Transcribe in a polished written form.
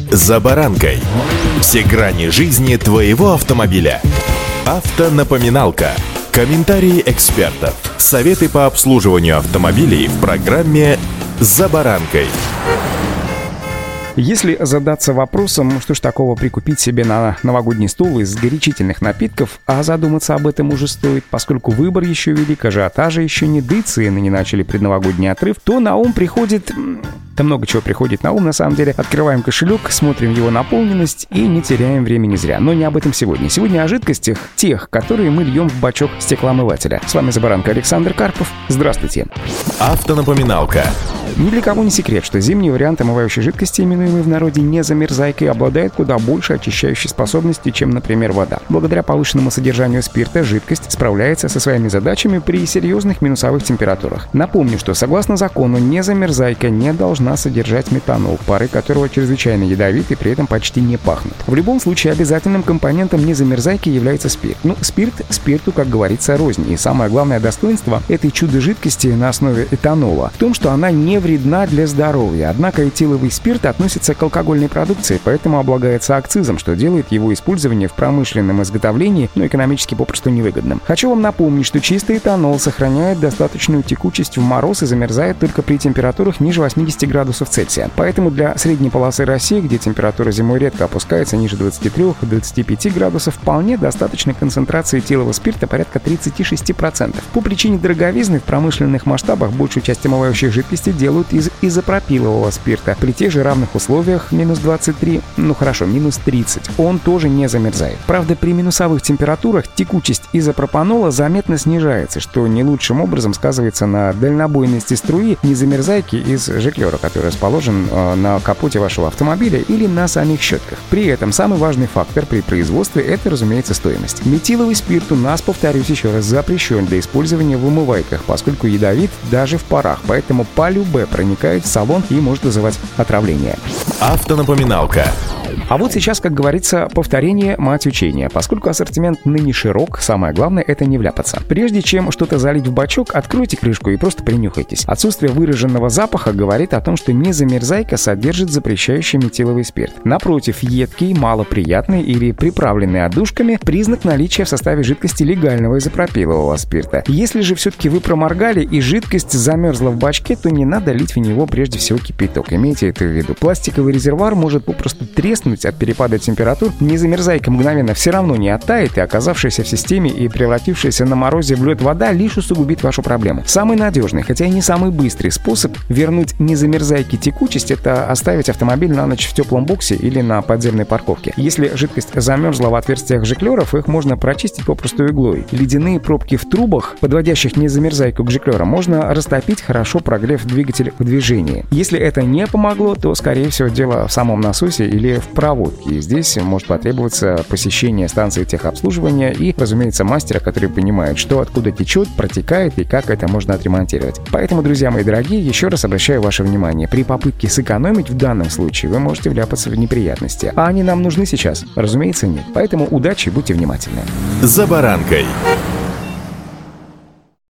«За баранкой». Все грани жизни твоего автомобиля. Автонапоминалка. Комментарии экспертов. Советы по обслуживанию автомобилей в программе «За баранкой». Если задаться вопросом, что ж такого прикупить себе на новогодний стол из горячительных напитков, а задуматься об этом уже стоит, поскольку выбор еще велик, ажиотажа еще не, да и цены не начали предновогодний отрыв, то на ум приходит... Да много чего приходит на ум, на самом деле. Открываем кошелек, смотрим его наполненность и не теряем времени зря. Но не об этом сегодня. Сегодня о жидкостях, тех, которые мы льем в бачок стеклоомывателя. С вами «За баранкой» Александр Карпов. Здравствуйте. Автонапоминалка. Ни для кого не секрет, что зимний вариант омывающей жидкости, именуемый в народе незамерзайкой, обладает куда больше очищающей способностью, чем, например, вода. Благодаря повышенному содержанию спирта жидкость справляется со своими задачами при серьезных минусовых температурах. Напомню, что согласно закону незамерзайка не должна содержать метанол, пары которого чрезвычайно ядовиты и при этом почти не пахнут. В любом случае обязательным компонентом незамерзайки является спирт. Спирт спирту, как говорится, рознь. И самое главное достоинство этой чудо-жидкости на основе этанола в том, что она не вредна для здоровья. Однако этиловый спирт относится к алкогольной продукции, поэтому облагается акцизом, что делает его использование в промышленном изготовлении, экономически попросту невыгодным. Хочу вам напомнить, что чистый этанол сохраняет достаточную текучесть в мороз и замерзает только при температурах ниже 80 градусов Цельсия. Поэтому для средней полосы России, где температура зимой редко опускается ниже 23-25 градусов, вполне достаточно концентрации этилового спирта порядка 36%. По причине дороговизны в промышленных масштабах большую часть омывающих жидкостей делают из изопропилового спирта. При тех же равных условиях минус 23, минус 30, он тоже не замерзает. Правда, при минусовых температурах текучесть изопропанола заметно снижается, что не лучшим образом сказывается на дальнобойности струи незамерзайки из жиклера, который расположен на капоте вашего автомобиля или на самих щетках. При этом самый важный фактор при производстве — это, разумеется, стоимость. Метиловый спирт у нас, повторюсь еще раз, запрещен для использования в умывайках, поскольку ядовит даже в парах, поэтому полюбе проникает в салон и может вызывать отравление. Автонапоминалка. А вот сейчас, как говорится, повторение — мать учения. Поскольку ассортимент ныне широк, самое главное — это не вляпаться. Прежде чем что-то залить в бачок, откройте крышку и просто принюхайтесь. Отсутствие выраженного запаха говорит о том, что незамерзайка содержит запрещающий метиловый спирт. Напротив, едкий, малоприятный или приправленный отдушками — признак наличия в составе жидкости легального изопропилового спирта. Если же все-таки вы проморгали и жидкость замерзла в бачке, то не надо лить в него прежде всего кипяток. Имейте это в виду. Пластиковый резервуар может попросту треснуть от перепада температур, незамерзайка мгновенно все равно не оттает, и оказавшаяся в системе и превратившаяся на морозе в лед вода лишь усугубит вашу проблему. Самый надежный, хотя и не самый быстрый способ вернуть незамерзайке текучесть — это оставить автомобиль на ночь в теплом боксе или на подземной парковке. Если жидкость замерзла в отверстиях жиклеров, их можно прочистить попросту иглой. Ледяные пробки в трубах, подводящих незамерзайку к жиклерам, можно растопить, хорошо прогрев двигатель в движении. Если это не помогло, то, скорее всего, дело в самом насосе или в проводки. И здесь может потребоваться посещение станции техобслуживания и, разумеется, мастера, который понимает, что откуда течет, протекает и как это можно отремонтировать. Поэтому, друзья мои дорогие, еще раз обращаю ваше внимание: при попытке сэкономить в данном случае вы можете вляпаться в неприятности. А они нам нужны сейчас? Разумеется, нет. Поэтому удачи и будьте внимательны. «За баранкой».